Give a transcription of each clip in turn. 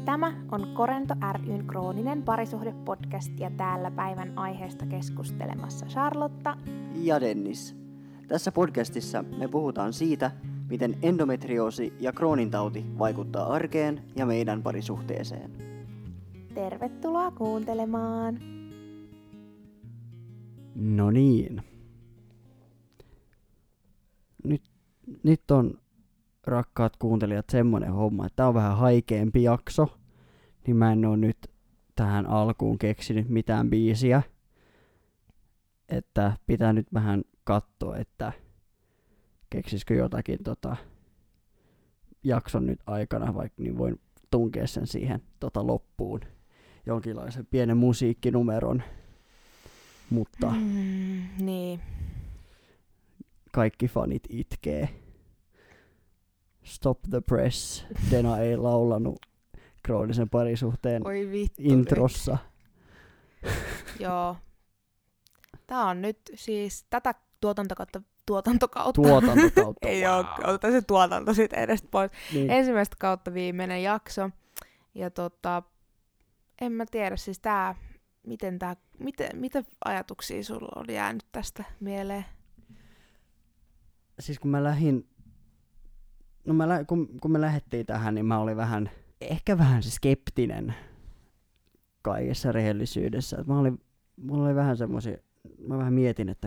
Tämä on Korento ry:n krooninen parisuhdepodcast ja täällä päivän aiheesta keskustelemassa Charlotta ja Dennis. Tässä podcastissa me puhutaan siitä, miten endometrioosi ja Crohnin tauti vaikuttaa arkeen ja meidän parisuhteeseen. Tervetuloa kuuntelemaan! No niin. Nyt on, rakkaat kuuntelijat, semmonen homma, että tää on vähän haikeampi jakso, niin mä en oo nyt tähän alkuun keksinyt mitään biisiä. Että pitää nyt vähän katsoa, että keksisikö jotakin jakson nyt aikana, vaikka niin voin tunkea sen siihen loppuun jonkinlaisen pienen musiikkinumeron. Mutta niin. Kaikki fanit itkee. Stop the Press. Dena ei laulanut kroonisen parisuhteen introssa. Joo. Tää on nyt siis tätä tuotantokautta. Ei oo, otetaan se tuotanto sit edestä pois. Niin. Ensimmäistä kautta viimeinen jakso. Ja en mä tiedä, siis mitä ajatuksia sulla on jäänyt tästä mieleen? Siis kun me lähdettiin tähän, niin mä olin ehkä vähän skeptinen kaikessa rehellisyydessä. Et mulla oli vähän semmosia, mä vähän mietin, että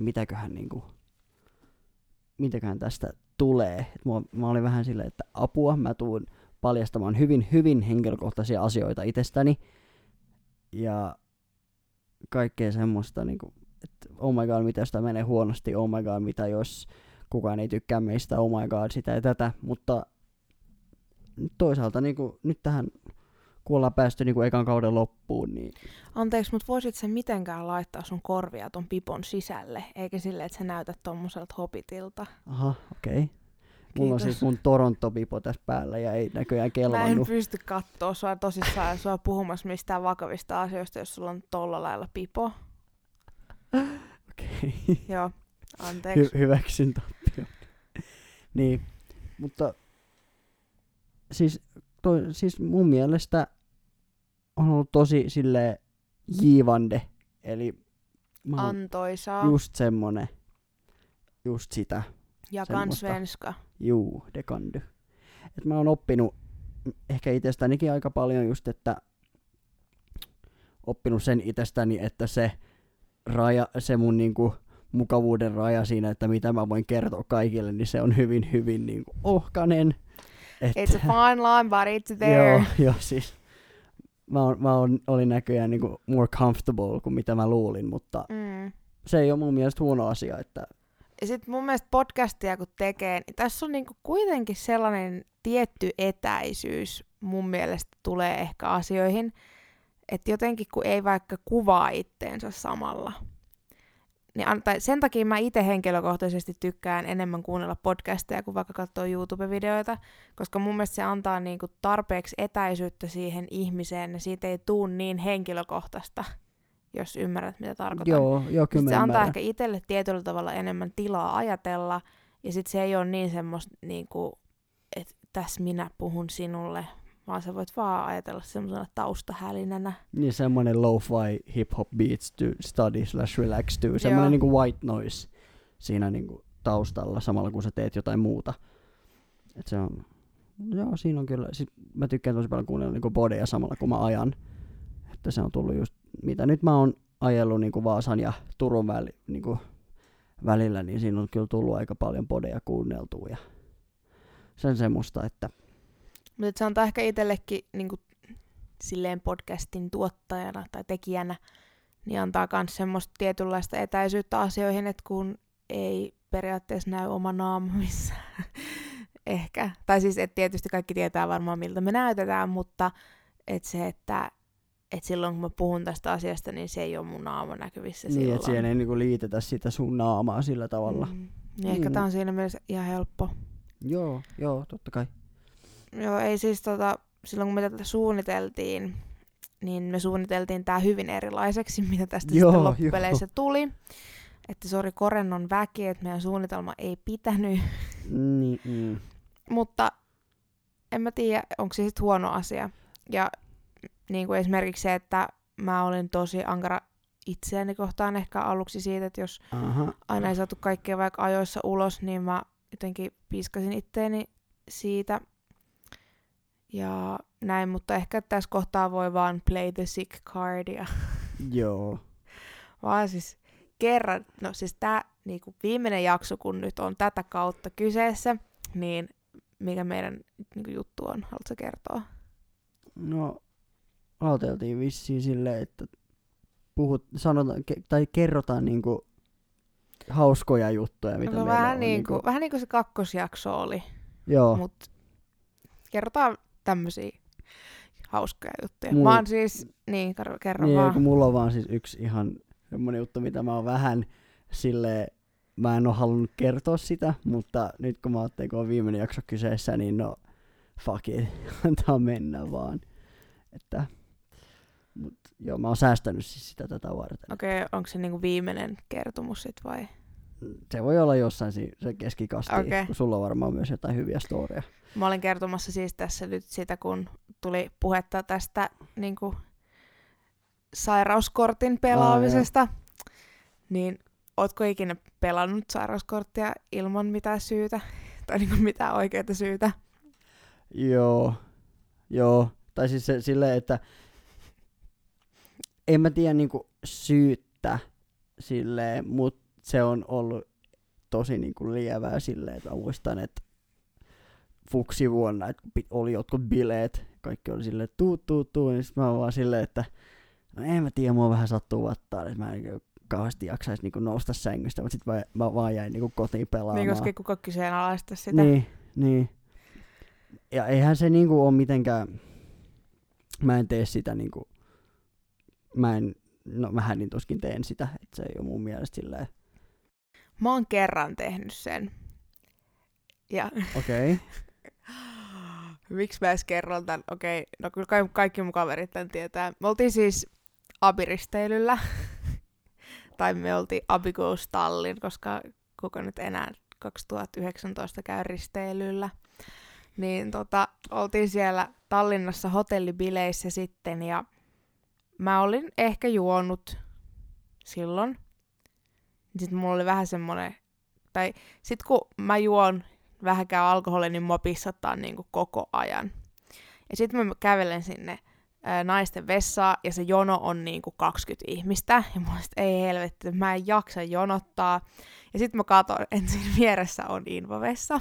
mitäköhän tästä tulee. Mä olin vähän silleen, että apua, mä tuun paljastamaan hyvin, hyvin henkilökohtaisia asioita itsestäni. Ja kaikkea semmoista, että oh my god, mitä jos tää menee huonosti, oh my god, mitä jos kukaan ei tykkää meistä, oh my god, sitä ja tätä. Mutta toisaalta nyt tähän, kun ollaan päästy ekan kauden loppuun, niin... Anteeksi, mutta voisit sä mitenkään laittaa sun korvia ton pipon sisälle, eikä silleen, että sä näytät tommoselta Hobbitilta? Aha, okei. Okay. Mulla on siis mun Toronto-pipo tässä päällä ja ei näköjään kelvannut. Mä en pysty kattoo sua tosissaan sua puhumassa mistään vakavista asioista, jos sulla on tolla lailla pipo. Okei. Okay. Joo, anteeksi. Hyväksyn tappion. Niin, mutta siis mun mielestä on ollut tosi silleen givande, eli antoisaa. Just semmonen, just sitä. Ja kan svenska. Juu, det kan du. Et mä oon oppinut ehkä itsestänikin aika paljon just, että oppinut sen itsestäni, että se mun mukavuuden raja siinä, että mitä mä voin kertoa kaikille, niin se on hyvin, hyvin ohkanen. It's a fine line, but it's there. Joo, siis olin näköjään more comfortable kuin mitä mä luulin, mutta se ei ole mun mielestä huono asia, että... Ja sit mun mielestä podcastia kun tekee, niin tässä on kuitenkin sellainen tietty etäisyys mun mielestä tulee ehkä asioihin, että jotenkin kun ei vaikka kuvaa itteensä samalla. Niin sen takia mä itse henkilökohtaisesti tykkään enemmän kuunnella podcasteja kuin vaikka katsoa YouTube-videoita, koska mun mielestä se antaa tarpeeksi etäisyyttä siihen ihmiseen ja siitä ei tuu niin henkilökohtaista, jos ymmärrät mitä tarkoitan. Joo, kyllä se antaa ehkä itselle tietyllä tavalla enemmän tilaa ajatella ja sit se ei ole niin semmoista, että tässä minä puhun sinulle, vaan sä voit vaan ajatella semmoisena taustahälinänä. Niin semmoinen lo-fi hip-hop beats to study/relax to, semmoinen white noise siinä taustalla samalla kun sä teet jotain muuta. Et se on, siinä on kyllä, mä tykkään tosi paljon kuunnella podeja samalla kun mä ajan. Että se on tullut just, mitä nyt mä oon ajellut Vaasan ja Turun välillä, niin siinä on kyllä tullut aika paljon podeja kuunneltua ja sen semmoista, että... Mutta se antaa ehkä itsellekin silleen podcastin tuottajana tai tekijänä, niin antaa myös semmoista tietynlaista etäisyyttä asioihin, että kun ei periaatteessa näy oma naama missään. Ehkä. Tai siis, että tietysti kaikki tietää varmaan miltä me näytetään, mutta että se, että silloin kun mä puhun tästä asiasta, niin se ei ole mun naama näkyvissä silloin. Niin, että siihen ei liitetä sitä sun naamaa sillä tavalla. Niin ehkä tää on siinä mielessä ihan helppo. Joo, totta kai. Joo, ei siis silloin kun me tätä suunniteltiin, niin me suunniteltiin tää hyvin erilaiseksi, mitä tästä sitten loppupeleissä tuli. Että sori Korennon väki, että meidän suunnitelma ei pitänyt. Niin. Mutta en mä tiedä, onko se sitten huono asia. Ja niin kuin esimerkiksi se, että mä olin tosi ankara itseäni kohtaan ehkä aluksi siitä, että jos aina ei saatu kaikkea vaikka ajoissa ulos, niin mä jotenkin piiskasin itteeni siitä. Ja näin, mutta ehkä tässä kohtaa voi vaan play the sick cardia. Joo. Vaan siis kerran, no siis tää niinku viimeinen jakso, kun nyt on tätä kautta kyseessä, niin mikä meidän niinku juttu on? Haluatko kertoa? No, aloiteltiin vissiin silleen, että kerrotaan niinku hauskoja juttuja, mitä meillä vähän on. Vähän niin kuin se kakkosjakso oli. Joo. Mut kerrotaan tämmösiä hauskoja juttuja. Mä oon siis, kerro niin, vaan. Kun mulla on vaan siis yksi ihan semmonen juttu, mitä mä oon vähän silleen, mä en oo halunnut kertoa sitä, mutta nyt kun mä ajattelin, kun on viimeinen jakso kyseessä, niin no fuck it, antaa mennä vaan. Että, mut joo, mä oon säästänyt siis sitä tätä varten. Okei, onko se niinku viimeinen kertomus sit vai? Se voi olla jossain se keskikasti, kun sulla on varmaan myös jotain hyviä storeja. Mä olin kertomassa siis tässä nyt sitä, kun tuli puhetta tästä niinku sairauskortin pelaamisesta. Niin ootko ikinä pelannut sairauskorttia ilman mitään syytä? Tai niinku mitään oikeaa syytä? Joo. Tai siis silleen, että en mä tiedä niinku syyttä silleen, mut se on ollut tosi niinku lievää silleen, että mä muistan, että fuksivuonna, että oli jotkut bileet, kaikki oli silleen tuu, niin sit mä oon vaan silleen, että no en mä tiedä, mua vähän sattuu vattaan, että mä en kauheasti jaksais niinku nousta sängystä, mutta sit mä vaan jäin niinku kotiin pelaamaan. Niin, koska kuka kyseenalaista sitä. Niin. Ja eihän se niinku oo mitenkään, mä en tee sitä niinku, mähän niin tuskin teen sitä, että se ei oo mun mielestä silleen. Mä oon kerran tehnyt sen. Ja Okei. Miksi mä edes kerron tän? Okei, no kyllä kaikki mun kaverit tän tietää. Me oltiin siis abiristeilyllä. Tai me oltiin Abigo's Tallinn, koska kuka nyt enää 2019 käy risteilyllä. Niin oltiin siellä Tallinnassa hotellibileissä sitten ja mä olin ehkä juonut silloin. Sitten mulla oli vähän semmonen, tai sit kun mä juon vähänkään alkoholia, niin mua pissattaa niinku koko ajan. Ja sitten mä kävelen sinne naisten vessaa, ja se jono on niinku 20 ihmistä. Ja mulla sit, ei helvetti, mä en jaksa jonottaa. Ja sitten mä katson, että siinä vieressä on invavessa.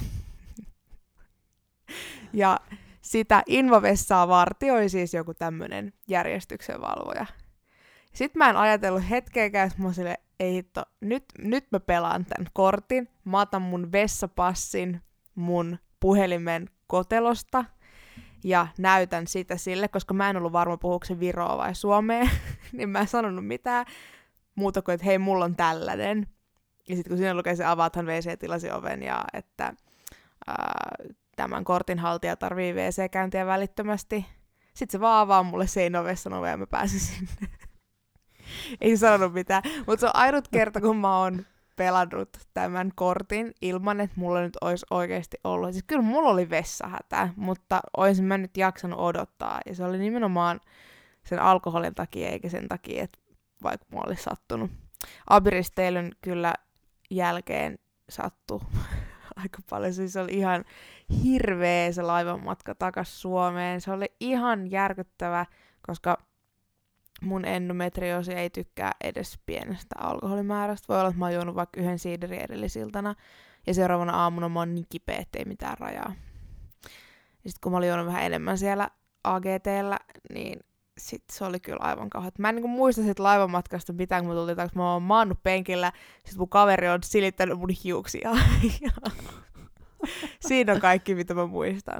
Ja sitä invavessaa vartioi siis joku tämmönen järjestyksenvalvoja. Sitten mä en ajatellut hetkeäkään, että mä silleen, ei hitto, nyt mä pelaan tän kortin. Mä otan mun vessapassin mun puhelimen kotelosta ja näytän sitä sille, koska mä en ollut varma puhuuko se Viroa vai Suomea, niin mä en sanonut mitään muuta kuin, että hei, mulla on tällainen. Ja sitten kun siinä lukee se avaathan WC-tilasi oven ja että tämän kortin haltija tarvii WC-käyntiä välittömästi. Sitten se vaan avaa mulle seinävessan oven ja mä pääsin sinne. Ei sanonut mitään, mutta se on ainut kerta, kun mä oon pelannut tämän kortin ilman, että mulla nyt olisi oikeasti ollut. Siis kyllä mulla oli vessahätä, mutta olisin mä nyt jaksanut odottaa. Ja se oli nimenomaan sen alkoholin takia, eikä sen takia, että vaikka mulla olisi sattunut. Abiristeilyn kyllä jälkeen sattui aika paljon. Siis se oli ihan hirveä se laivanmatka takas Suomeen. Se oli ihan järkyttävä, koska mun endometrioosi ei tykkää edes pienestä alkoholimäärästä. Voi olla, että mä oon juonut vaikka yhden siiderin edellisiltana, ja seuraavana aamuna mä oon niin kipeä, ettei mitään rajaa. Ja sit kun mä olin juonut vähän enemmän siellä AGT:llä, niin sit se oli kyllä aivan kauhean. Mä en muista sit laivanmatkasta mitään, kun mä tultiin takas. Mä oon maannut penkillä, sit mun kaveri on silittänyt mun hiuksia. Siinä on kaikki, mitä mä muistan.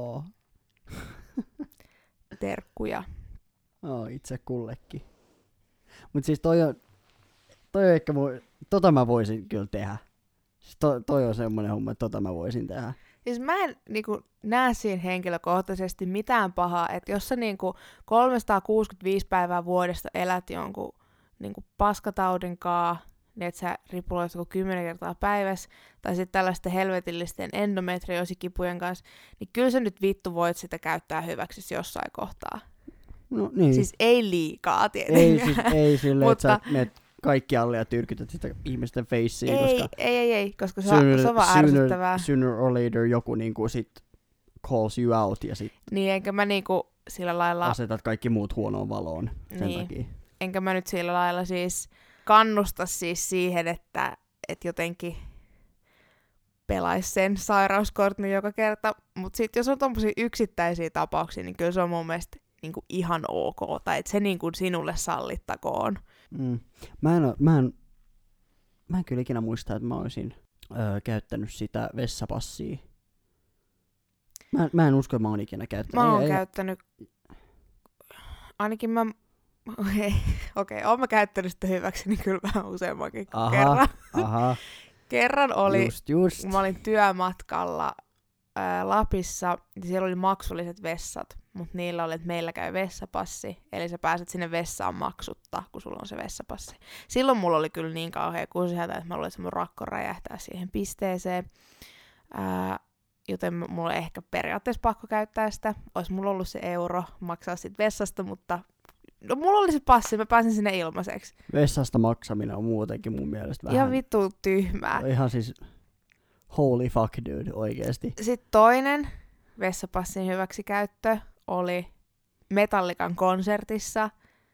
Terkkuja. Itse kullekin. Mut siis toi on ehkä mä voisin kyllä tehdä. Siis toi on semmonen homma, että mä voisin tehdä. Siis mä en näe siinä henkilökohtaisesti mitään pahaa, että jos sä 365 päivää vuodesta elät jonkun paskataudinkaa, niin että sä ripuloit 10 kertaa päivässä, tai sitten tällaisten helvetillisten endometriosikipujen kanssa, niin kyllä sä nyt vittu voit sitä käyttää hyväksi jossain kohtaa. No niin. Siis ei liikaa tietenkään. Ei silleen, että sä menet kaikki alle ja tyrkytät sitä ihmisten faceen, koska... Ei, koska se on vaan ärsyttävää. Sooner or later joku niinku sit calls you out ja sit... Niin, enkä mä niinku sillä lailla... Asetat kaikki muut huonoon valoon sen niin. takia. Enkä mä nyt sillä lailla siis kannusta siis siihen, että jotenkin pelaisi sen sairauskortin joka kerta. Mutta sitten jos on tommosia yksittäisiä tapauksia, niin kyllä se on mun mielestä niinku ihan ok. Tai että se niinku sinulle sallittakoon. Mä en kyllä ikinä muista, että mä olisin käyttänyt sitä vessapassia. Mä en usko, että mä oon ikinä käyttänyt. Mä oon käyttänyt... Ainakin mä... Okei, oon mä käyttänyt sitä hyväkseni kyllä vähän useammankin kerran. Aha. Kerran oli, just. kun mä olin työmatkalla Lapissa, niin siellä oli maksulliset vessat, mutta niillä oli, että meillä käy vessapassi, eli sä pääset sinne vessaan maksutta, kun sulla on se vessapassi. Silloin mulla oli kyllä niin kauhea kusihätä, että mä luulen, että mun rakko räjähtää siihen pisteeseen, joten mulla on ehkä periaatteessa pakko käyttää sitä. Ois mulla ollut se euro maksaa sit vessasta, mutta no mulla oli se passi, mä pääsin sinne ilmaiseksi. Vessasta maksaminen on muutenkin mun mielestä vähän... Ihan vittu tyhmää. Ihan siis holy fuck dude, oikeesti. Sitten toinen vessapassin hyväksikäyttö oli Metallican konsertissa.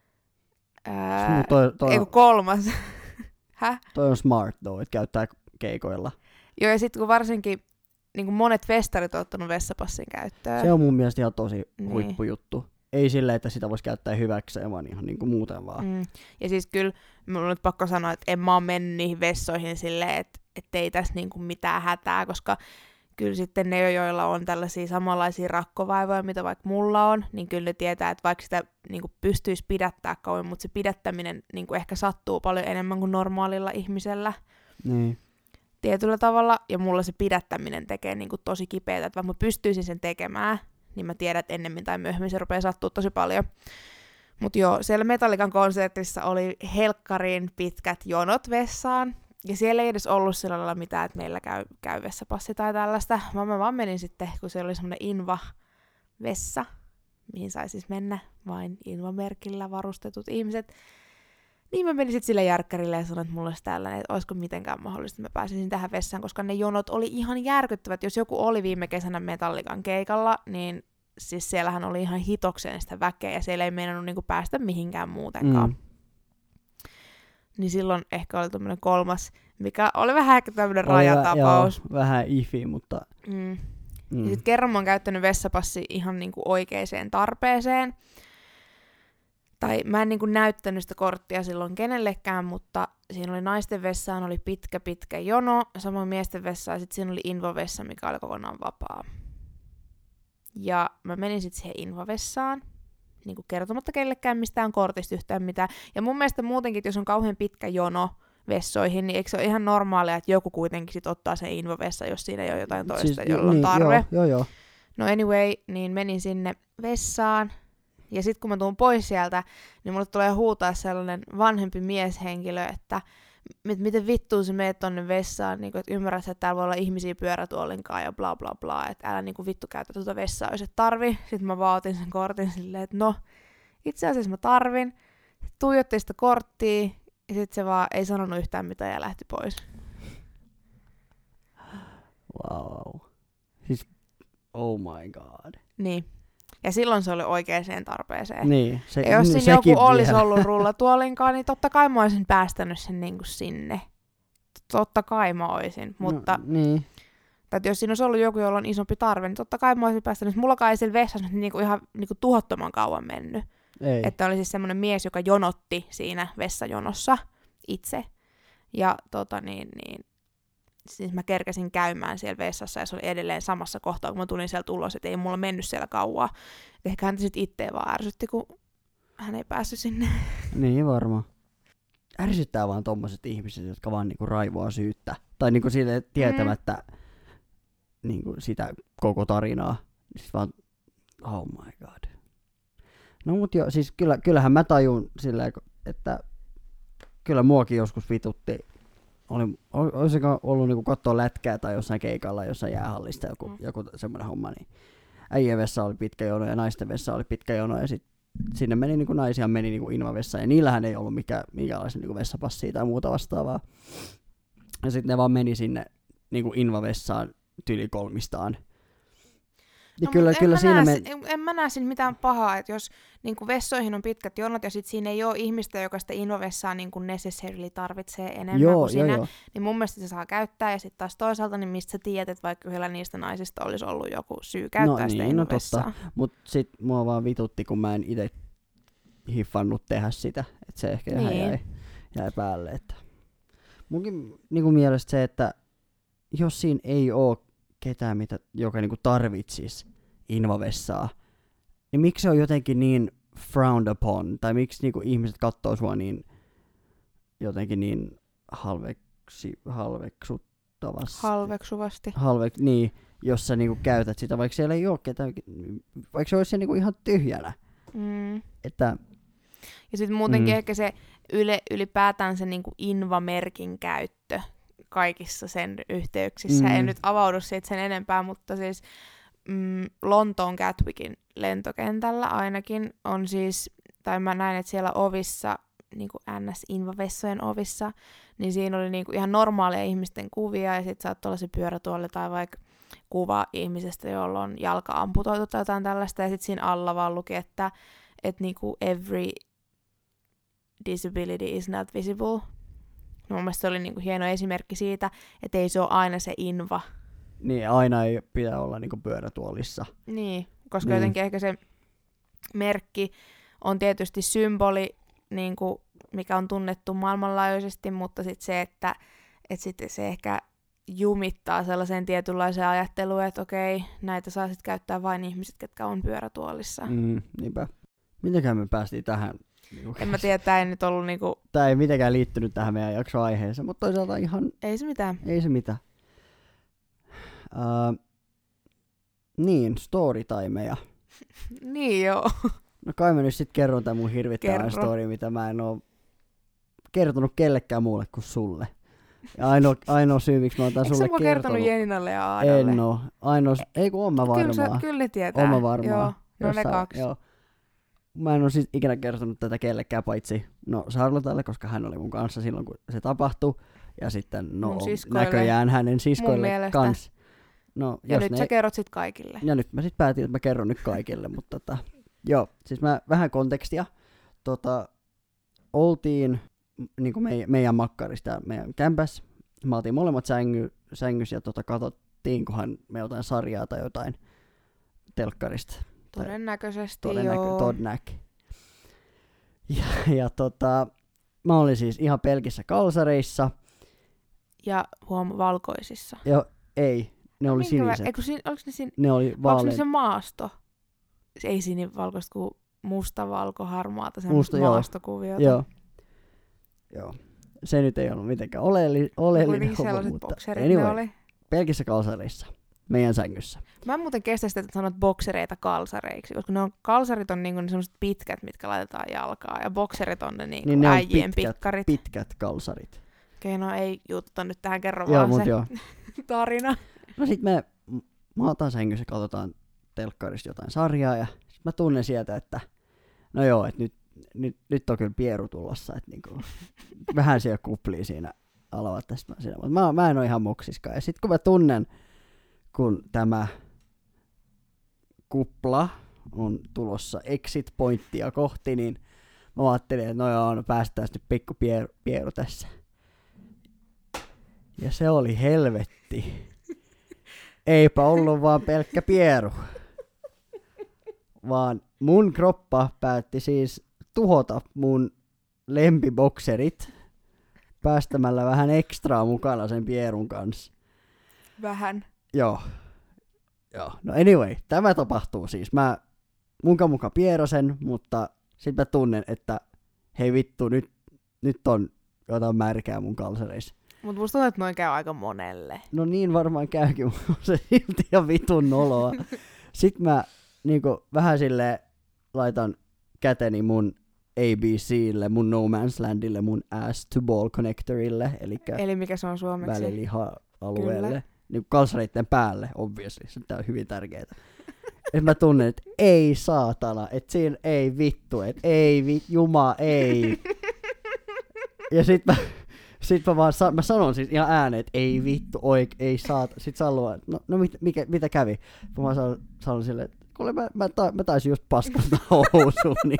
Kolmas. Häh? Toi on smart though, että käyttää keikoilla. Joo, ja sitten kun varsinkin niin monet festarit on ottanut vessapassin käyttöön. Se on mun mielestä ihan tosi huippujuttu. Ei silleen, että sitä voisi käyttää hyväkseen, vaan ihan niin kuin muuten vaan. Ja siis kyllä, mun on nyt pakko sanoa, että en mä oo mennyt niihin vessoihin silleen, että ei tässä niin kuin mitään hätää, koska kyllä sitten ne, joilla on tällaisia samanlaisia rakkovaivoja, mitä vaikka mulla on, niin kyllä ne tietää, että vaikka sitä niin kuin pystyisi pidättää kauan, mutta se pidättäminen niin kuin ehkä sattuu paljon enemmän kuin normaalilla ihmisellä. Niin. Tietyllä tavalla, ja mulla se pidättäminen tekee niin kuin tosi kipeätä, että vaikka mä pystyisin sen tekemään, niin mä tiedän, että ennemmin tai myöhemmin se rupeaa sattua tosi paljon. Mutta joo, siellä Metallican konsertissa oli helkkariin pitkät jonot vessaan, ja siellä ei edes ollut sillä lailla mitään, että meillä käy vessapassi tai tällaista, vaan mä vaan menin sitten, kun siellä oli semmoinen Inva-vessa, mihin sai siis mennä vain Inva-merkillä varustetut ihmiset, niin mä menin sitten sille järkkärille ja sanoin, että mulla olisi tällainen, että olisiko mitenkään mahdollista, että mä pääsisin tähän vessaan, koska ne jonot oli ihan järkyttävät. Jos joku oli viime kesänä Metallican keikalla, niin siis siellähän oli ihan hitokseen sitä väkeä ja siellä ei meinannut niinku päästä mihinkään muutenkaan. Niin silloin ehkä oli tämmöinen kolmas, mikä oli vähän ehkä tämmöinen rajatapaus. Joo, vähän ifi, mutta... Ja sitten kerran mä oon käyttänyt vessapassi ihan niinku oikeaan tarpeeseen. Tai mä en niinku näyttänyt sitä korttia silloin kenellekään, mutta siinä oli naisten vessaan oli pitkä jono, samoin miesten vessaan, ja sitten siinä oli invovessa, mikä oli kokonaan vapaa. Ja mä menin sitten siihen invovessaan, niinku kertomatta kellekään mistään kortista yhtään mitään. Ja mun mielestä muutenkin, että jos on kauhean pitkä jono vessoihin, niin eikö se ole ihan normaalia, että joku kuitenkin sit ottaa sen invovessa, jos siinä ei ole jotain toista, siis, jolla on tarve. Joo. No anyway, niin menin sinne vessaan. Ja sitten kun mä tuun pois sieltä, niin mulle tulee huutaa sellainen vanhempi mieshenkilö, että miten vittuun sä meet tonne vessaan, niin että ymmärrät, että täällä voi olla ihmisiä pyörätuolinkaan ja bla bla bla, että älä niin vittu käytä tuota vessaa, jos et tarvi. Sitten mä vaatin sen kortin silleen, että no, itse asiassa mä tarvin. Tuijotti sitä korttia ja sitten se vaan ei sanonut yhtään mitään ja lähti pois. Wow. Siis, oh my god. Niin. Ja silloin se oli oikeaan tarpeeseen. Niin, ja jos siinä joku olisi ollut rullatuolinkaan, niin totta kai mä olisin päästänyt sen niinku sinne. Totta kai mä olisin. Mutta, niin. Tai jos siinä olisi ollut joku, jolla on isompi tarve, niin totta kai mä olisin päästänyt. Mullakaan ei siellä vessassa niinku ihan niinku tuhottoman kauan mennyt. Ei. Että oli siis semmoinen mies, joka jonotti siinä vessajonossa itse. Ja siis mä kerkesin käymään siellä vessassa ja se oli edelleen samassa kohtaa, kun mä tulin sieltä ulos, että ei mulla mennyt siellä kauaa. Ehkä häntä sitten itteen vaan ärsytti, kun hän ei päässyt sinne. Niin varmaan. Ärsyttää vaan tommoset ihmiset, jotka vaan niinku raivoaa syyttä. Tai niinku siitä tietämättä niinku sitä koko tarinaa. Siis vaan, oh my god. No mut joo, siis kyllähän mä tajun silleen, että kyllä muakin joskus vitutti. Olisiko ollut niinku katsoa lätkää tai jossain keikalla, jossain jäähallista joku semmoinen homma, niin äijän vessa oli pitkä jono ja naisten vessa oli pitkä jono ja sit sinne meni niinku naisia meni niinku invavessaan, ja niillähän ei ollut minkäänlaista niinku vessapassia tai muuta vastaavaa. Ja sitten ne vaan meni sinne niinku invavessaan tyli kolmistaan. Ja No, kyllä siinä en mä näe siinä mitään pahaa, että jos niinku vessoihin on pitkät jonot ja sit siinä ei ole ihmistä, joka sitä invavessaa niinku necessarily tarvitsee enemmän kuin sinä, niin mun mielestä se saa käyttää. Ja sitten taas toisaalta, niin mistä sä tiedät, että vaikka yhdellä niistä naisista olisi ollut joku syy käyttää sitä invavessaa. No totta, mutta sit mua vaan vitutti, kun mä en itse hiffannut tehdä sitä, että se ehkä ihan jäi päälle. Että. Munkin niinku mielestä se, että jos siinä ei ole ketään, joka niinku tarvitsisi invavessaa, niin miksi se on jotenkin niin frowned upon, tai miksi niinku ihmiset katsoo sua niin jotenkin niin Halveksuvasti. Niin, jos sä niinku käytät sitä, vaikka siellä ei ole ketään, vaikka se olisi niinku ihan tyhjänä. Että, ja sitten muutenkin ehkä se ylipäätään se niinku invamerkin käyttö kaikissa sen yhteyksissä. En nyt avaudu siitä sen enempää, mutta siis Lontoon Gatwickin lentokentällä ainakin on siis, tai mä näin, että siellä ovissa, niinku NS-invavessojen ovissa, niin siinä oli niinku ihan normaaleja ihmisten kuvia, ja sitten saattoi olla se pyörätuoli tai vaikka kuva ihmisestä, jolla on jalka amputoitu tai jotain tällaista, ja sitten siinä alla vaan luki, että niinku every disability is not visible. No, mun mielestä se oli niinku hieno esimerkki siitä, että ei se ole aina se inva. Niin, aina ei pitää olla niinku pyörätuolissa. Niin, koska jotenkin ehkä se merkki on tietysti symboli, niinku, mikä on tunnettu maailmanlaajuisesti, mutta sitten se, että sitten se ehkä jumittaa sellaiseen tietynlaiseen ajatteluun, että okei, näitä saa sitten käyttää vain ihmiset, ketkä on pyörätuolissa. Niinpä. Mitenkään me päästiin tähän? En mä tiedä, tää ei nyt ollut niinku... Tää ei mitenkään liittynyt tähän meidän jaksoaiheeseen, mutta toisaalta ihan... Ei se mitään. Ei se mitään. Niin, storytimeja. Niin joo. No kai mä nyt sit kerron tämän mun hirvittävän story, mitä mä en oo kertonut kellekään muulle kuin sulle. Ja ainoa syy, miksi mä oon tän sulle kertonut. Eikö sä kertonut Jeninalle ja Aadalle? En oo. Ei kun oon mä varmaan. Kyllä ne tietää. Oon mä varmaan. Joo, no ne kaksi. Joo. Mä en oo siis ikinä kertonut tätä kellekään, paitsi Charlottelle, koska hän oli mun kanssa silloin, kun se tapahtui. Ja sitten näköjään hänen siskoille kanssa. No, ja nyt sä kerrot sit kaikille. Ja nyt mä sit päätin, että mä kerron nyt kaikille, mutta joo, siis mä vähän kontekstia. Oltiin niinku meidän makkarista, meidän kämpäs. Me oltiin molemmat sängyssä ja katsottiinkohan me jotain sarjaa tai jotain telkkarista. Todennäköisesti, joo. Todnäk. Ja mä olin siis ihan pelkissä kalsareissa. Ja valkoisissa. Joo, ei. Ne oli siniset. Ne oli vaalean. Onko se maasto? Ei sinivalkoista kuin musta, valko, harmaata, semmoista maastokuviota. Joo. Se nyt ei ollut mitenkään oleellinen homma, mutta bokserit anyway, ne oli. Pelkissä kalsareissa. Meidän sängyssä. Mä en muuten kestä sitä, että sanot boksereita kalsareiksi, koska kalsarit on niinku ne semmoset pitkät, mitkä laitetaan jalkaa, ja bokserit on ne niinku niin äijien pikkarit. Pitkät kalsarit. Okei, no ei juttu nyt tähän, kerro vaan se tarina. No sit me otan sängyssä, katsotaan telkkarista jotain sarjaa, ja sit mä tunnen sieltä, että no joo, että nyt on kyllä pieru tulossa, että niinku, vähän siellä kuplii siinä alavatteessa, mutta mä en ole ihan moksiskaan. Ja sit kun mä tunnen, kun tämä kupla on tulossa exit pointtia kohti, niin mä ajattelin, että no joo, no päästään nyt pikku pieru tässä. Ja se oli helvetti. Eipä ollut vaan pelkkä pieru. Vaan mun kroppa päätti siis tuhota mun lempibokserit päästämällä vähän ekstraa mukana sen pierun kanssa. Vähän. Joo. No anyway, tämä tapahtuu siis. Mä muka pierosen, mutta sit mä tunnen, että hei vittu, nyt on jotain märkää mun kalsareissa. Mut musta tuntuu, että noin käy aika monelle. No niin varmaan käykin, mutta se silti ihan vitun noloa. Sitten mä niinku vähän silleen laitan käteni mun ABClle, mun No Man's Landille, mun Ass to Ball Connectorille, eli mikä se on suomeksi? Väliliha-alueelle. Niin kalsareitten päälle, obviously. Se on hyvin tärkeää. että mä tunnen, että ei saatana, että siinä ei vittu, että ei juma, ei. Ja sit mä vaan mä sanon siis ihan ääneen, että ei vittu, ei saata. Sit Sallu, no mitä kävi? Mä vaan sanon silleen, että kuule mä taisin just paskata housuun, niin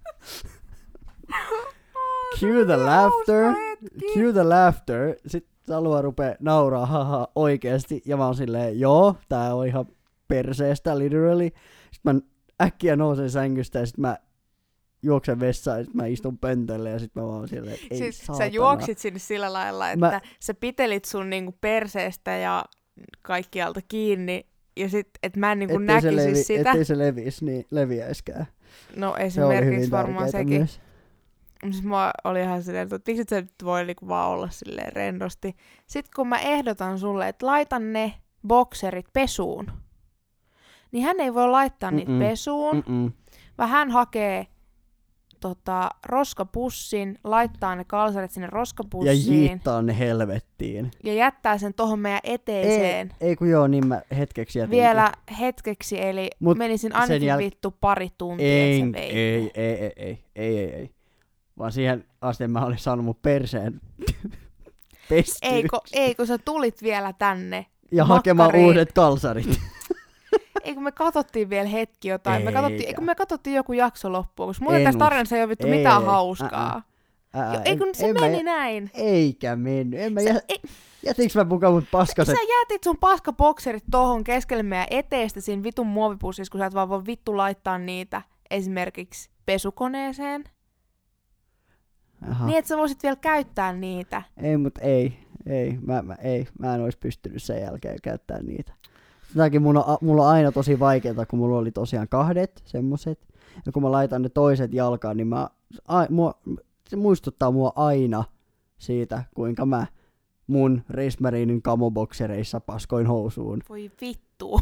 cue the laughter. Sitten Salua rupee nauraa, haha, oikeesti. Ja mä oon silleen, joo, tää on ihan perseestä, literally. Sitten mä äkkiä nousen sängystä ja sit mä juoksen vessaan ja sit mä istun pöntölle ja sit mä vaan silleen, ei siis saatana. Sä juoksit sinne sillä lailla, että sä pitelit sun niinku perseestä ja kaikkialta kiinni. Ja sit, et mä en niinku näkisi sitä. Ettei se leviäiskään. No esimerkiksi varmaan sekin. Myös. Siis mä olin ihan silleen, että miksi se voi niinku vaan olla silleen rendosti. Sitten kun mä ehdotan sulle, että laita ne bokserit pesuun, niin hän ei voi laittaa niitä pesuun, vaan hän hakee roskapussin, laittaa ne kalsarit sinne roskapussiin. Ja jiittaa ne helvettiin. Ja jättää sen tohon meidän eteiseen. Ei kun joo, niin mä hetkeksi jätin. Vielä hetkeksi, eli menisin ainakin vittu pari tuntia, että se vei. Ei. Vaan siihen asti mä olin saanut mun perseen pestyä. Ei, kun sä tulit vielä tänne. Ja hakemaan uudet kalsarit. Ei, kun me katsottiin vielä hetki jotain. Me katsottiin joku jakso loppuun, koska muuten tässä tarinassa ei ole vittu mitään hauskaa. Ei, kun se meni näin. Eikä mennyt. Jätinkö mä mukaan mun paskaset? Sä jätit sun paskabokserit tohon keskelle meidän eteistä siinä vitun muovipussissa, kun sä et vaan voi vittu laittaa niitä esimerkiksi pesukoneeseen. Aha. Niin, että sä voisit vielä käyttää niitä. Ei, mut ei. Mä en ois pystynyt sen jälkeen käyttämään niitä. Sitäkin mulla on aina tosi vaikeaa, kun mulla oli tosiaan 2 semmoset. Ja kun mä laitan ne toiset jalkaan, niin se muistuttaa mua aina siitä, kuinka mä mun Reismarinin kamoboksereissa paskoin housuun. Voi vittu.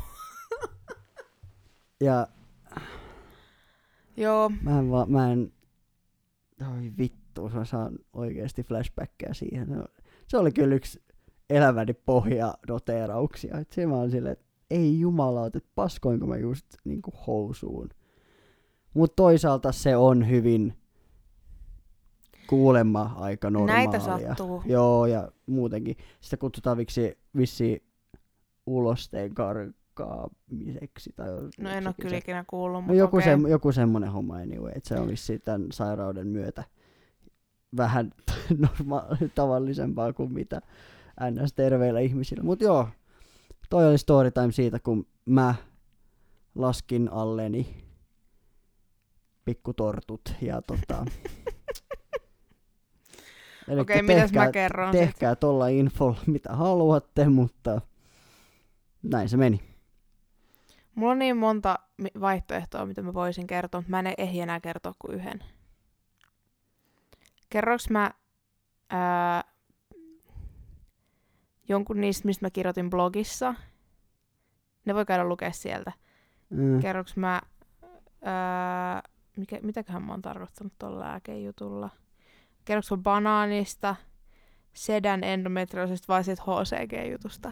Ja joo. Mä en oi vittu, mä saan oikeesti flashbackkejä siihen. Se oli kyllä yksi elämäni pohjanoteerauksia. Et se mä oon silleen, että ei jumalauta, että paskoinko mä just niinku housuun. Mut toisaalta se on hyvin kuulemma aika normaalia. Näitä sattuu. Joo, ja muutenkin. Sitä kutsutaan vissiin ulosteen karkaamiseksi. No en oo kyllä ikinä kuullut. No joku semmonen homma anyway, että se on vissiin tämän sairauden myötä vähän tavallisempaa kuin mitä ns. Terveillä ihmisillä. Mut joo, toi oli storytime siitä, kun mä laskin alleni pikkutortut ja Okei, mitäs mä kerron tehkää tolla infolla mitä haluatte, mutta näin se meni. Mulla on niin monta vaihtoehtoa, mitä mä voisin kertoa, mutta mä en ehdi enää kertoa kuin yhden. Kerroks mä jonkun niistä, mistä mä kirjoitin blogissa? Ne voi käydä lukea sieltä. Kerroks mä mitäköhän mä oon tarkoittanut tuolla lääkejutulla? Kerroks mä banaanista, sedän endometriosista vai siitä HCG-jutusta?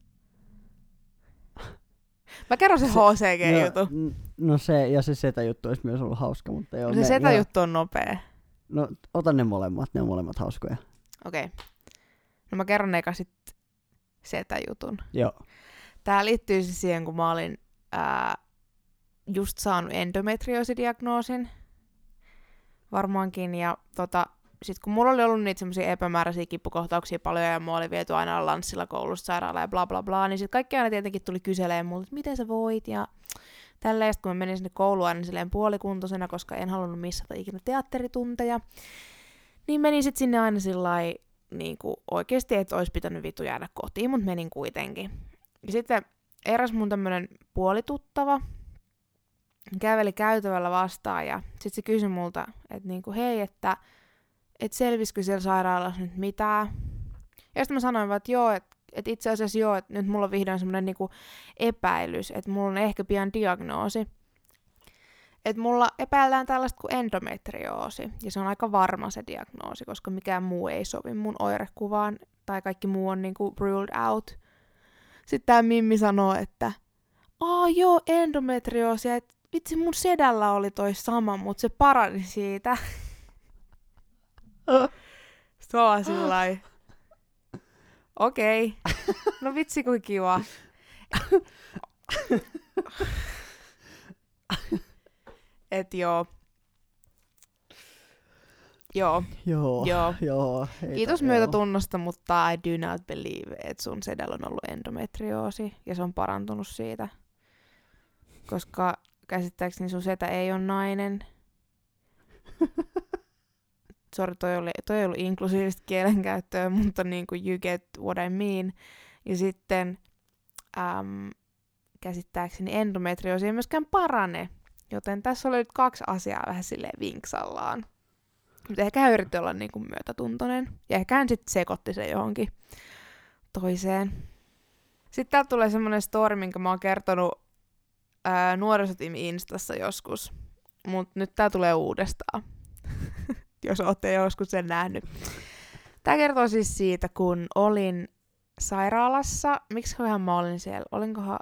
Mä kerron se HCG-jutu. No se, ja se setä-juttu olisi myös ollut hauska, mutta joo. No se setä-juttu on nopea. No ota ne on molemmat hauskoja. Okei. No mä kerron eka sit setä-jutun. Joo. Tää liittyy siis siihen, kun mä olin just saanut endometriosidiagnoosin. Varmaankin, ja sit kun mulla oli ollut niitä semmosia epämääräisiä kippukohtauksia paljon ja mua oli viety aina lanssilla koulusta sairaalaan ja bla bla bla, niin sit kaikki aina tietenkin tuli kyselemään multa, että miten sä voit ja tälleen. Kun mä menin sinne kouluun aina silleen puolikuntoisena, koska en halunnut missata ikinä teatteritunteja, niin menin sit sinne aina sillai niinku oikeesti, että ois pitänyt vittu jäädä kotiin, mut menin kuitenkin. Ja sitten eräs mun tämmönen puolituttava käveli käytävällä vastaan ja sit se kysyi multa, että niinku hei, että selvisikö siellä sairaalassa nyt mitään. Ja sitten mä sanoin vaan, että joo, että itse asiassa joo, että nyt mulla on vihdoin semmoinen niinku epäilys, että mulla on ehkä pian diagnoosi. Että mulla epäillään tällaista kuin endometrioosi, ja se on aika varma se diagnoosi, koska mikään muu ei sovi mun oirekuvaan, tai kaikki muu on niinku ruled out. Sitten tää Mimmi sanoo, että Joo, endometrioosi, että vitsi mun sedällä oli toi sama, mutta se parani siitä. Sitten mä vaan sillai, okei, no vitsi kuin kiva. Et joo. Joo. Kiitos myötätunnosta, mutta I do not believe, että sun sedällä on ollut endometrioosi ja se on parantunut siitä. Koska käsittääkseni sun setä ei ole nainen. Sori, toi ei ollut inklusiivista kielenkäyttöä, mutta niinku you get what I mean. Ja sitten käsittääkseni endometrioosi ei myöskään parane. Joten tässä oli nyt 2 asiaa vähän silleen vinksallaan. Mutta ehkä hän yritti olla niinku myötätuntoinen. Ja ehkä hän sitten sekoitti se johonkin toiseen. Sitten täältä tulee semmonen story, minkä mä oon kertonut nuorisotiimi Instassa joskus. Mut nyt tää tulee uudestaan. Jos ootte joskus sen nähnyt. Tää kertoo siis siitä, kun olin sairaalassa. Miksiköhän mä olin siellä? Olinkohan...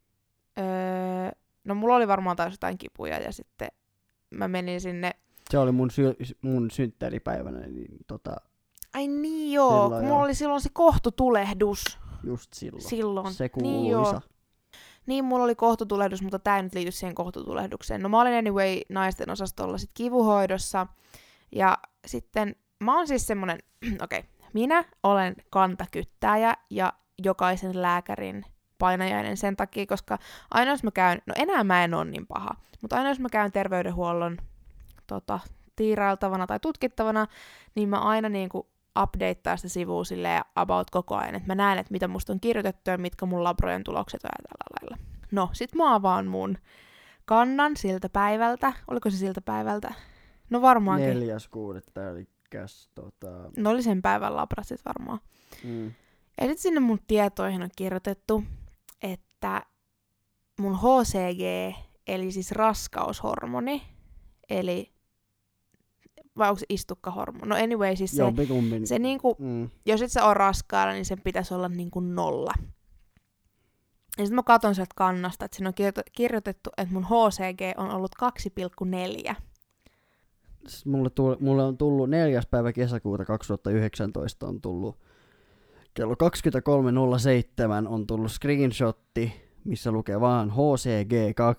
No mulla oli varmaan taas jotain kipuja ja sitten mä menin sinne. Se oli mun synttäripäivänä. Niin Ai niin joo, kun mulla oli silloin se kohtutulehdus. Just silloin. Se kuuluisa. Niin, mulla oli kohtutulehdus, mutta tää ei nyt liity siihen kohtutulehdukseen. No mä olin anyway naisten osastolla sit kivuhoidossa. Ja sitten mä oon siis semmonen, minä olen kantakyttäjä ja jokaisen lääkärin painajainen sen takia, koska aina jos mä käyn, no enää mä en oo niin paha, mutta aina jos mä käyn terveydenhuollon tiirailtavana tai tutkittavana, niin mä aina niinku updateaan sitä sivua silleen about koko ajan, että mä näen, että mitä musta on kirjoitettu ja mitkä mun labrojen tulokset on ja tällä lailla. No, sit mä avaan mun kannan siltä päivältä. Oliko se siltä päivältä? No varmaankin. 4.6. eli No oli sen päivän labrat sit varmaan. Ja sit sinne mun tietoihin on kirjoitettu, että mun HCG, eli siis raskaushormoni, eli vai onko se istukkahormoni? No anyway, siis se niinku, jos et sä oo raskaana, niin sen pitäisi olla niinku 0. Ja sit mä katon sieltä kannasta, että siinä on kirjoitettu, että mun HCG on ollut 2,4. Mulle on tullut 4. päivä kesäkuuta 2019 on tullut kello 23.07 on tullut screenshotti, missä lukee vaan HCG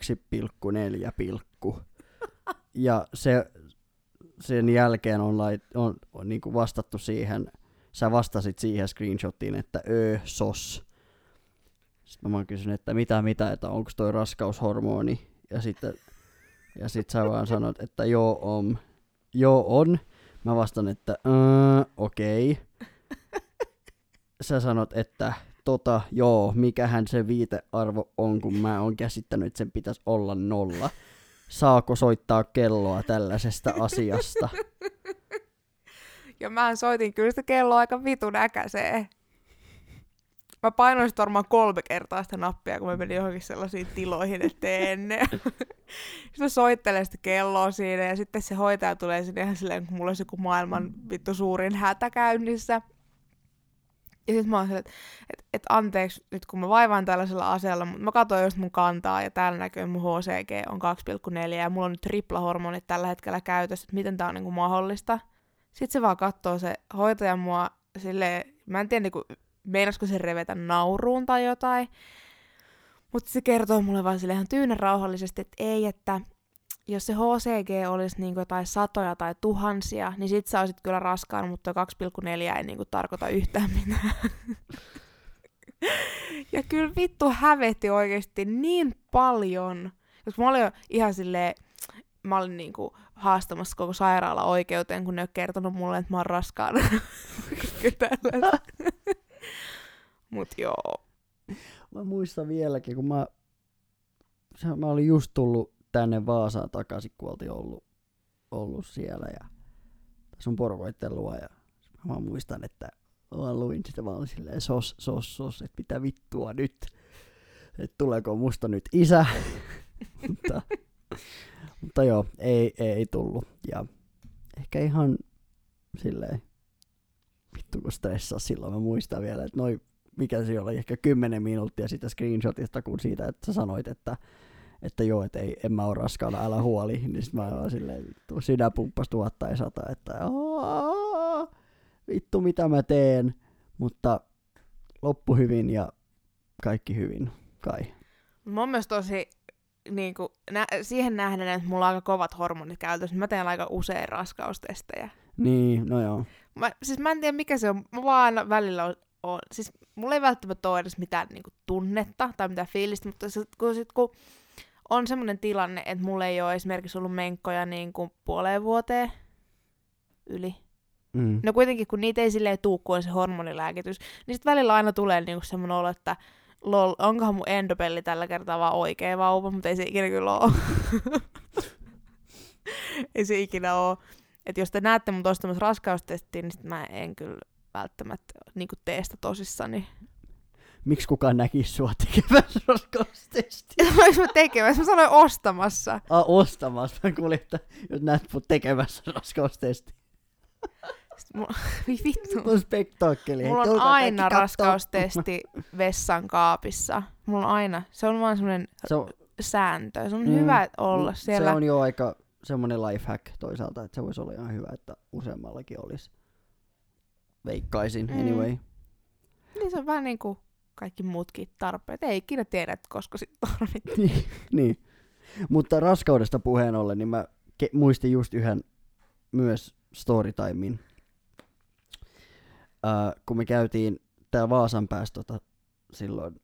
2,4. Ja sen jälkeen on niinku vastattu siihen, sä vastasit siihen screenshottiin, että sos. Sitten mä kysyn, että mitä, että onko toi raskaushormoni, ja sit sä vaan sanot, että joo on. Mä vastaan, että okei. Sä sanot, että mikähän se viitearvo on, kun mä oon käsittänyt, että sen pitäisi olla 0. Saako soittaa kelloa tällaisesta asiasta? Ja mä soitin kyllä sitä kelloa aika vitun äkäseen. Mä painoin sitä varmaan 3 kertaa sitä nappia, kun mä menin johonkin sellaisiin tiloihin, ettei ennen. Sitten soittelee sitä kelloa siinä ja sitten se hoitaja tulee sinne ihan silleen, kun mulla olisi joku maailman vittu suurin hätä käynnissä. Ja sit mä oon silleen, että anteeksi nyt kun mä vaivaan tällaisella asialla, mutta mä katsoin just mun kantaa ja täällä näkyy mun HCG on 2,4 ja mulla on nyt triplahormonit tällä hetkellä käytössä, että miten tää on niinku mahdollista. Sitten se vaan katsoo se hoitaja mua silleen, mä en tiedä niinku, meinasko se revetä nauruun tai jotain, mutta se kertoo mulle vaan silleen ihan tyynän rauhallisesti, että ei, että jos se HCG olisi niinku jotain satoja tai tuhansia, niin sit sä olisit kyllä raskaana, mutta 2,4 ei niinku tarkoita yhtään mitään. Ja kyllä vittu hävetti oikeesti niin paljon, koska mä olin jo ihan silleen, mä olin niinku haastamassa koko sairaala oikeuteen, kun ne on kertonut mulle, että mä oon raskaana. Mut joo. Mä muistan vieläkin, kun mä olin just tullut tänne Vaasaan takaisin, kun oltiin ollut siellä ja sun porukoitten luo. Ja mä muistan, että mä luin sitä vaan silleen sos, että mitä vittua nyt. Että tuleeko musta nyt isä. mutta joo, ei tullut. Ja ehkä ihan silleen vittu kun stressaa silloin. Mä muistan vielä, että mikä se oli, ehkä 10 minuuttia sitä screenshotista, kun siitä, että sä sanoit, että joo, että ei, en mä oo raskaana, älä huoli. Niin sit mä oon silleen, vittu, sydän pumppasi 1100, että vittu mitä mä teen. Mutta loppu hyvin ja kaikki hyvin, kai. Mä oon myös tosi, niinku, siihen nähden, että mulla on aika kovat hormonit käytössä, mä teen aika usein raskaustestejä. Niin, no joo. Mä en tiedä mikä se on, mä vaan aina välillä on siis mulla ei välttämättä ole edes mitään niinku tunnetta tai mitään fiilistä, mutta kun on semmoinen tilanne, että mulla ei ole esimerkiksi ollut menkkoja niinku puoleen vuoteen yli. No kuitenkin, kun niitä ei silleen tuu, kun on se hormonilääkitys, niin sit välillä aina tulee niinku semmoinen olo, että lol, onkohan mun endopelli tällä kertaa vaan oikea vauva, mutta ei se ikinä kyllä oo. Ei se ikinä oo. Että jos te näette mun ostamassa raskaustestiin, niin sit mä en kyllä välttämättä niinku tee sitä tosissani. Miksi kukaan näkisi sua tekemässä raskaustestiä? Olis mä tekemässä? Mä sanoin ostamassa. Ostamassa. Mä kuulin, että jos näet mut tekemässä raskaustestiä. Vittu. On spektaakkeli. Mulla on aina raskaustesti vessan kaapissa. Mulla on aina. Se on vaan semmonen sääntö. Se on hyvä olla siellä. Se on jo aika semmonen lifehack toisaalta, että se voisi olla ihan hyvä, että useammallakin olisi. Veikkaisin, anyway. Niin se on vähän niinku kaikki muutkin tarpeet. Ei ikinä tiedä, koska sit tarvittiin. niin. Mutta raskaudesta puheen ollen, niin mä muistin just yhden myös storytimein. Kun me käytiin täällä Vaasan päässä silloin,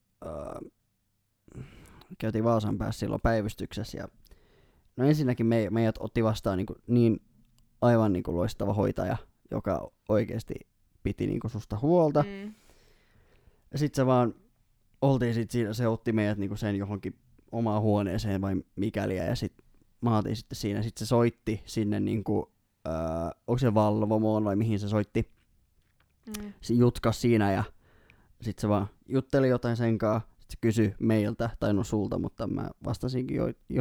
käytiin Vaasan päässä silloin päivystyksessä. Ja, no ensinnäkin meidät otti vastaan niin aivan niin kuin loistava hoitaja, joka oikeasti piti niin kuin susta huolta. Ja sit se vaan oltiin sit siinä, se otti meidät niin kuin sen johonkin omaan huoneeseen vai mikäliä. Ja sit mä oltiin sitten siinä, sit se soitti sinne niinku, onko se Valvomoon vai mihin se soitti. Se jutkas siinä ja sit se vaan jutteli jotain sen kanssa. Sit se kysyi meiltä, tai no sulta, mutta mä vastasinkin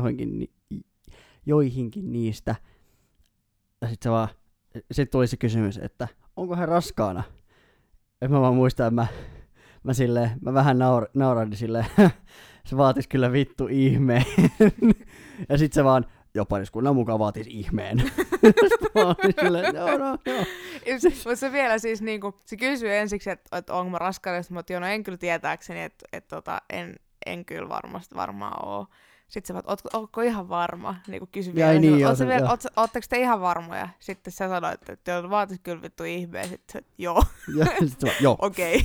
joihinkin niistä. Ja sit se vaan, sit tuli se kysymys, että onko hän raskaana? Ja mä vaan muistan, että mä vähän naurasin silleen, se vaatis kyllä vittu ihmeen. Ja sit se vaan, pariskunnan mukaan vaatis ihmeen. Sitten mä olin silleen, joo. Se vielä siis niinku, se kysyy ensiksi, että onko mä raskaana, mutta joo, no en kyllä tietääkseni, että en kyllä varmaan oo. Sitten se vaan, ootko ihan varma? Niinku kysy vielä. Ootteko te ihan varmoja? Sitten sä sanoit, että vaatis kyllä vittu ihmeen. Sitten joo. Joo. Okei.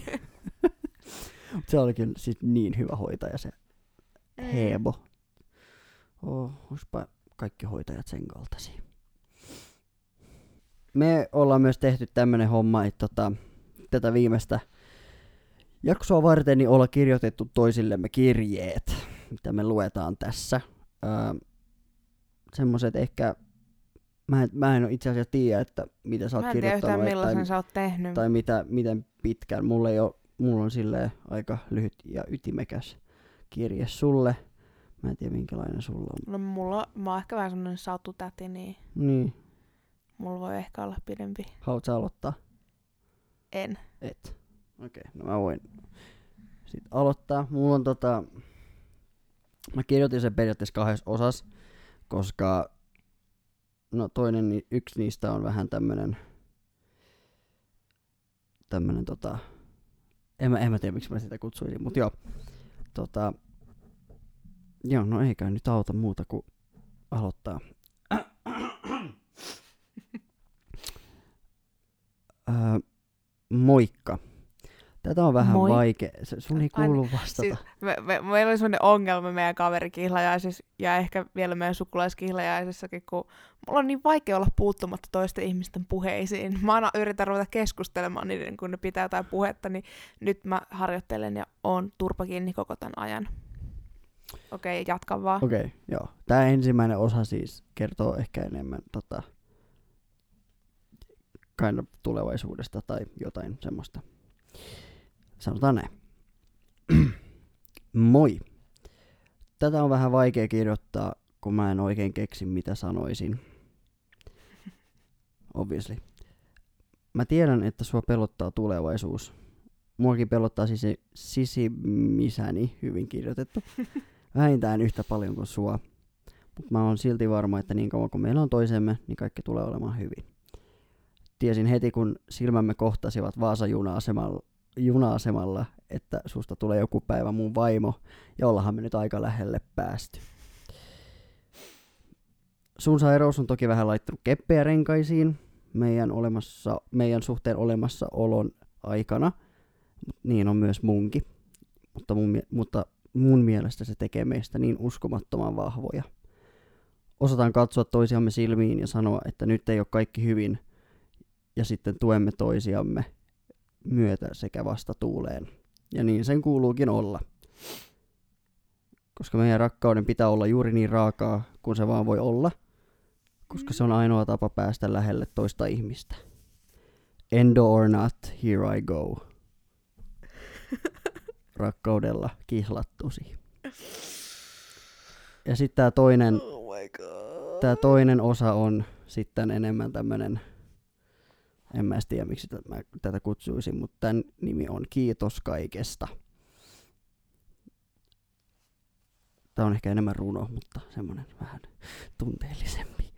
Se oli kyllä sit niin hyvä hoitaja se Hebo. Olisipa kaikki hoitajat sen kaltaisia. Me ollaan myös tehty tämmönen homma, että tätä viimeistä jaksoa varten niin ollaan kirjoitettu toisillemme kirjeet, mitä me luetaan tässä. Semmoset ehkä, mä en ole itse asiassa tiedä, että mitä sä oot kirjoittanut. Mä en tiedä yhtään millaisen sä oot tehnyt. Tai miten pitkään. Mulla on silleen aika lyhyt ja ytimekäs kirje sulle. Mä en tiedä minkälainen sulla on. No mä oon ehkä vähän semmonen satutäti, niin mulla voi ehkä olla pidempi. Haluat sä aloittaa? En. Et. Okei, no mä voin sit aloittaa. Mulla on mä kirjoitin sen periaatteessa 2 osassa, koska no yksi niistä on vähän tämmönen en mä tiedä miksi mä sitä kutsuisin, mut joo. Joo, no eikä nyt auta muuta kuin aloittaa. Moikka. Tätä on vähän vaikea. Sun ei kuulu vastata. Siis, meillä oli sellainen ongelma meidän kaverikihlajaisissa ja ehkä vielä meidän sukulaiskihlajaisissakin, kun mulla on niin vaikea olla puuttumatta toisten ihmisten puheisiin. Mä aina yritän ruveta keskustelemaan niiden, kun ne pitää jotain puhetta, niin nyt mä harjoittelen ja oon turpa kiinni koko tämän ajan. Okei, jatkan vaan. Okei, joo. Tää ensimmäinen osa siis kertoo ehkä enemmän kind of tulevaisuudesta tai jotain semmoista. Sanotaan näin. Moi. Tätä on vähän vaikea kirjoittaa, kun mä en oikein keksi mitä sanoisin. Obviously. Mä tiedän, että sua pelottaa tulevaisuus. Muakin pelottaa sisimisäni, hyvin kirjoitettu, vähintään yhtä paljon kuin sua. Mutta mä oon silti varma, että niin kauan kuin meillä on toisemme, niin kaikki tulee olemaan hyvin. Tiesin heti, kun silmämme kohtasivat Vaasan juna-asemalla, että susta tulee joku päivä mun vaimo, ja ollahan me nyt aika lähelle päästy. Sun sairaus on toki vähän laittanut keppejä renkaisiin meidän suhteen olemassaolon aikana, niin on myös munkin, mutta mun mielestä se tekee meistä niin uskomattoman vahvoja. Osataan katsoa toisiamme silmiin ja sanoa, että nyt ei ole kaikki hyvin, ja sitten tuemme toisiamme myötä sekä vastatuuleen. Ja niin sen kuuluukin olla. Koska meidän rakkauden pitää olla juuri niin raakaa kuin se vaan voi olla, koska se on ainoa tapa päästä lähelle toista ihmistä. Endo or not, here I go. Rakkaudella kihlattusi. Ja sitten tää toinen osa on sitten enemmän tämmönen, en mä tiedä miksi mä tätä kutsuisin, mutta tän nimi on Kiitos kaikesta. Tää on ehkä enemmän runo, mutta semmonen vähän tunteellisempi.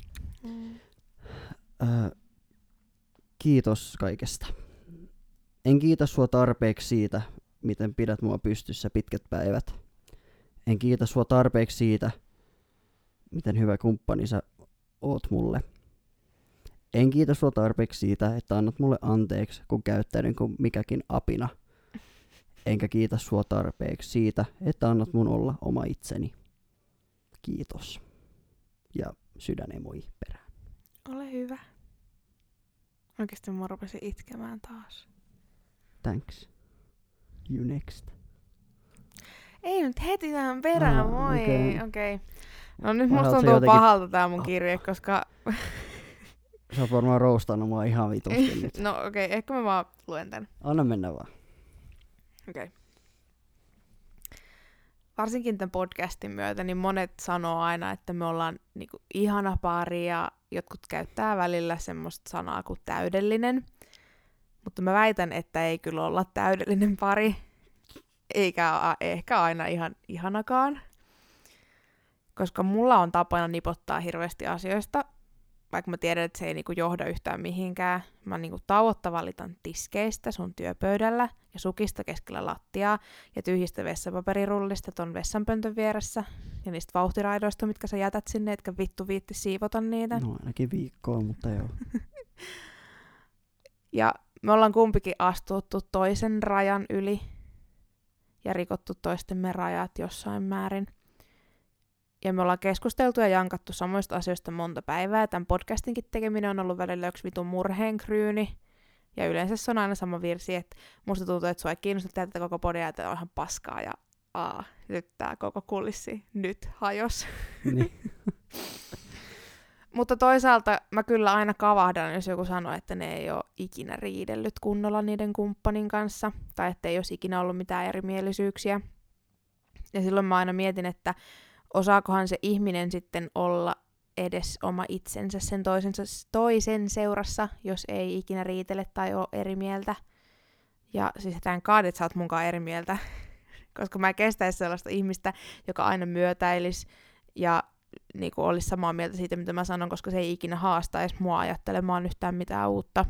Kiitos kaikesta. En kiitä sua tarpeeksi siitä, miten pidät mua pystyssä pitkät päivät. En kiitä sua tarpeeksi siitä, miten hyvä kumppani sä oot mulle. En kiitä sua tarpeeksi siitä, että annat mulle anteeksi, kun käyttäydyn kuin mikäkin apina. Enkä kiitä sua tarpeeksi siitä, että annat mun olla oma itseni. Kiitos. Ja sydänemoi perään. Ole hyvä. Oikeesti mä rupesin itkemään taas. Thanks. You next. Ei nyt heti tähän perään, moi. Okei. No nyt musta Haluatko tuntuu pahalta tää mun kirje, koska... Sä oot varmaan roustannut mua ihan vitusti nyt. No okei, ehkä mä vaan luen tän. Anna mennä vaan. Okei. Varsinkin tämän podcastin myötä, niin monet sanoo aina, että me ollaan niinku ihana pari ja jotkut käyttää välillä semmoista sanaa kuin täydellinen. Mutta mä väitän, että ei kyllä olla täydellinen pari, eikä ehkä aina ihan ihanakaan. Koska mulla on tapana nipottaa hirveästi asioista, vaikka mä tiedän, että se ei niinku johda yhtään mihinkään. Mä niinku tauotta valitan tiskeistä sun työpöydällä ja sukista keskellä lattiaa ja tyhjistä vessapaperirullista ton vessanpöntön vieressä ja niistä vauhtiraidoista, mitkä sä jätät sinne, etkä vittu viitti siivota niitä. No ainakin viikkoa, mutta joo. Ja me ollaan kumpikin astuttu toisen rajan yli ja rikottu toistemme rajat jossain määrin. Ja me ollaan keskusteltu ja jankattu samoista asioista monta päivää. Tämän podcastinkin tekeminen on ollut välillä yksi vitun murheenkryyni. Ja yleensä se on aina sama virsi, että musta tuntuu, että sua ei kiinnosta tätä koko podia, että on ihan paskaa ja nyt tää koko kulissi nyt hajos. Niin. Mutta toisaalta mä kyllä aina kavahdan, jos joku sanoo, että ne ei ole ikinä riidellyt kunnolla niiden kumppanin kanssa, tai että ei olisi ikinä ollut mitään erimielisyyksiä. Ja silloin mä aina mietin, että osaakohan se ihminen sitten olla edes oma itsensä sen toisen seurassa, jos ei ikinä riitele tai ole eri mieltä. Ja siis tämän kaadet sä oot munkaan eri mieltä, koska mä en kestäisi sellaista ihmistä, joka aina myötäilisi ja niinku olisi samaa mieltä siitä, mitä mä sanon, koska se ei ikinä haasta edes mua ajattelemaan yhtään mitään uutta.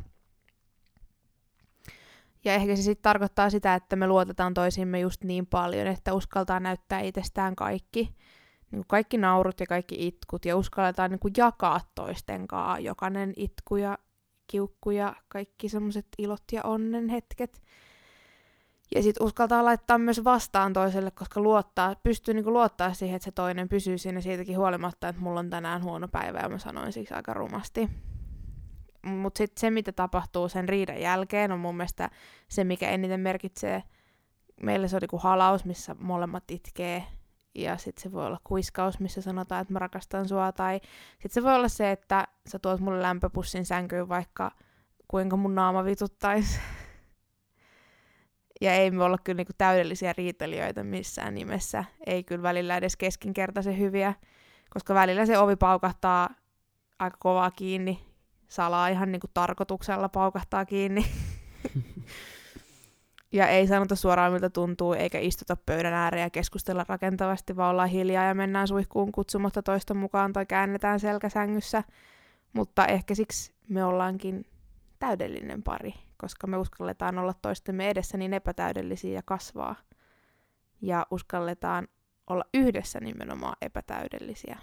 Ja ehkä se sitten tarkoittaa sitä, että me luotetaan toisiimme just niin paljon, että uskaltaa näyttää itsestään kaikki. Niin kaikki naurut ja kaikki itkut, ja uskalletaan niin jakaa toisten kanssa jokainen itku ja kiukku ja kaikki semmoiset ilot ja onnen hetket. Ja sitten uskaltaa laittaa myös vastaan toiselle, koska pystyy niinku luottaa siihen, että se toinen pysyy siinä siitäkin huolimatta, että mulla on tänään huono päivä ja mä sanoin siksi aika rumasti. Mutta sitten se, mitä tapahtuu sen riidan jälkeen, on mun mielestä se, mikä eniten merkitsee. Meille se on niinku halaus, missä molemmat itkee. Ja sitten se voi olla kuiskaus, missä sanotaan, että mä rakastan sua. Tai sitten se voi olla se, että sä tuot mulle lämpöpussin sänkyyn, vaikka kuinka mun naama vituttaisi. Ja ei me olla kyllä niinku täydellisiä riitelijöitä missään nimessä. Ei kyllä välillä edes keskinkertaisen hyviä, koska välillä se ovi paukahtaa aika kovaa kiinni. Salaa ihan niinku tarkoituksella paukahtaa kiinni. Ja ei sanota suoraan, miltä tuntuu, eikä istuta pöydän ääreen ja keskustella rakentavasti, vaan ollaan hiljaa ja mennään suihkuun kutsumatta toista mukaan tai käännetään selkäsängyssä. Mutta ehkä siksi me ollaankin täydellinen pari, koska me uskalletaan olla toistemme edessä niin epätäydellisiä ja kasvaa. Ja uskalletaan olla yhdessä nimenomaan epätäydellisiä.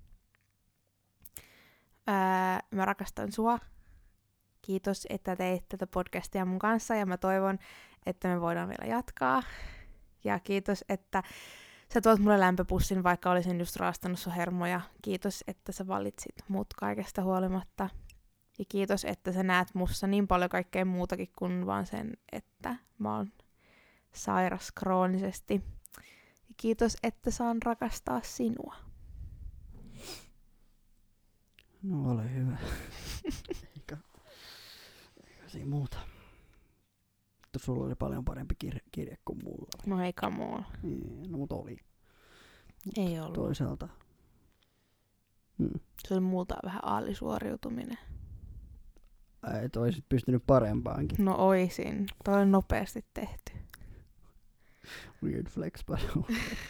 Mä rakastan sua. Kiitos, että teit tätä podcastia mun kanssa ja mä toivon, että me voidaan vielä jatkaa. Ja kiitos, että sä tuot mulle lämpöpussin, vaikka olisin just raastanut sun hermoja. Kiitos, että sä valitsit mut kaikesta huolimatta. Ja kiitos, että sä näet mussa niin paljon kaikkea muutakin kuin vaan sen, että mä oon sairas kroonisesti. Ja kiitos, että saan rakastaa sinua. No ole hyvä. Eikä siinä muuta. Sulla oli paljon parempi kirje kuin mulla. No eikä mulla. No mut oli. Ei ollut. Toisaalta. Se oli multa vähän aalisuoriutuminen. Et oisit pystynyt parempaankin. No oisin. Toi on nopeasti tehty. Weird flex, but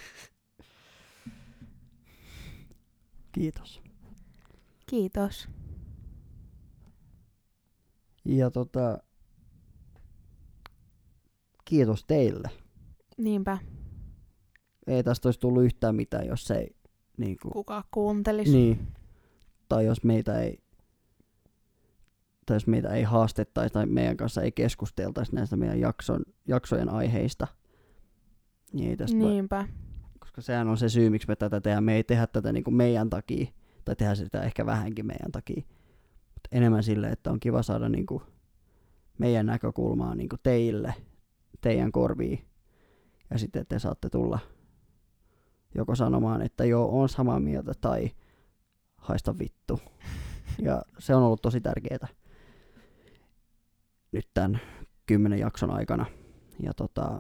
Kiitos. Kiitos. Ja kiitos teille. Niinpä. Ei tästä olisi tullut yhtään mitään, jos ei niinku Kuka kuuntelisi. Niin. Tai jos meitä ei haastettaisi tai meidän kanssa ei keskusteltaisi näistä meidän jaksojen aiheista. Niin ei tästä Niinpä. koska sehän on se syy, miksi me tätä tehdään. Me ei tehdä tätä niinku meidän takia, tai tehdään sitä ehkä vähänkin meidän takia. Mutta enemmän sille, että on kiva saada niinku meidän näkökulmaa niinku teille, teidän korviin. Ja sitten te saatte tulla joko sanomaan, että joo, on samaa mieltä, tai haista vittu. Ja se on ollut tosi tärkeää nyt tämän 10 jakson aikana. Ja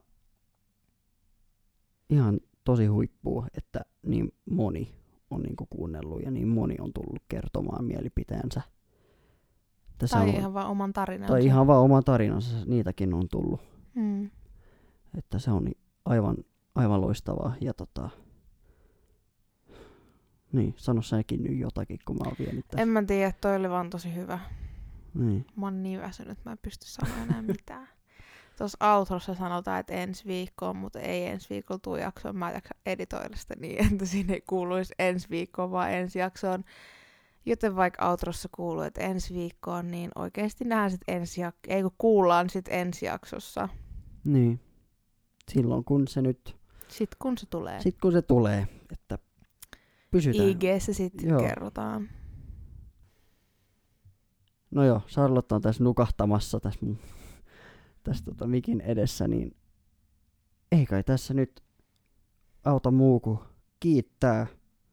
ihan tosi huippua, että niin moni on niinku kuunnellut ja niin moni on tullut kertomaan mielipiteensä. Tai ihan vaan oman tarinansa. Tai ihan vaan oman tarinansa, niitäkin on tullut. Että se on aivan loistavaa. Ja niin, sano säkin nyt jotakin, kun mä oon vienyt tässä. En mä tiedä, toi oli vaan tosi hyvä. Niin. Mä oon niin väsynyt, mä en pysty sanoa enää mitään. Tuossa outrossa sanotaan, että ensi viikkoon, mutta ei ensi viikolla tuu jaksoon. Mä en jaksa editoida sitä niin, että siinä ei kuuluisi ensi viikkoon, vaan ensi jaksoon. Joten vaikka outrossa kuuluu, että ensi viikkoon, niin oikeasti nähdään sitten ei kun kuullaan sitten ensi jaksossa. Niin. Silloin kun se nyt... Sitten kun se tulee. Sitten kun se tulee, että pysytään. IG:ssä sitten kerrotaan. No joo, Charlotte on tässä nukahtamassa tässä mikin edessä, niin ei kai tässä nyt auta muu kuin kiittää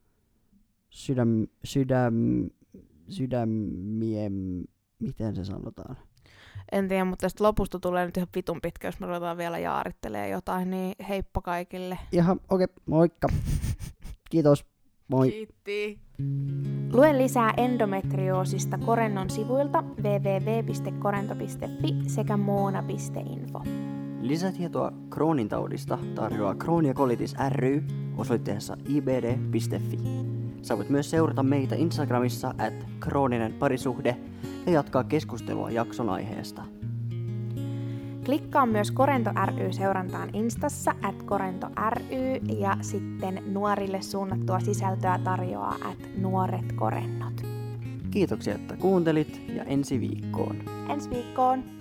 sydämien, miten se sanotaan? En tiedä, mutta tästä lopusta tulee nyt ihan vitun pitkä, jos me ruvetaan vielä jaarittelemaan jotain, niin heippa kaikille. Ihan okei, moikka. Kiitos, moi. Kiitti. Lue lisää endometrioosista Korennon sivuilta www.korento.fi sekä moona.info. Lisätietoa Crohnin taudista tarjoaa Crohn ja Colitis ry osoitteessa ibd.fi. Sä voit myös seurata meitä Instagramissa @Crohninen-parisuhde ja jatkaa keskustelua jakson aiheesta. Klikkaa myös Korento ry seurantaan Instassa @KorentoRY ja sitten nuorille suunnattua sisältöä tarjoaa @nuoretkorennot. Kiitoksia, että kuuntelit ja ensi viikkoon. Ensi viikkoon!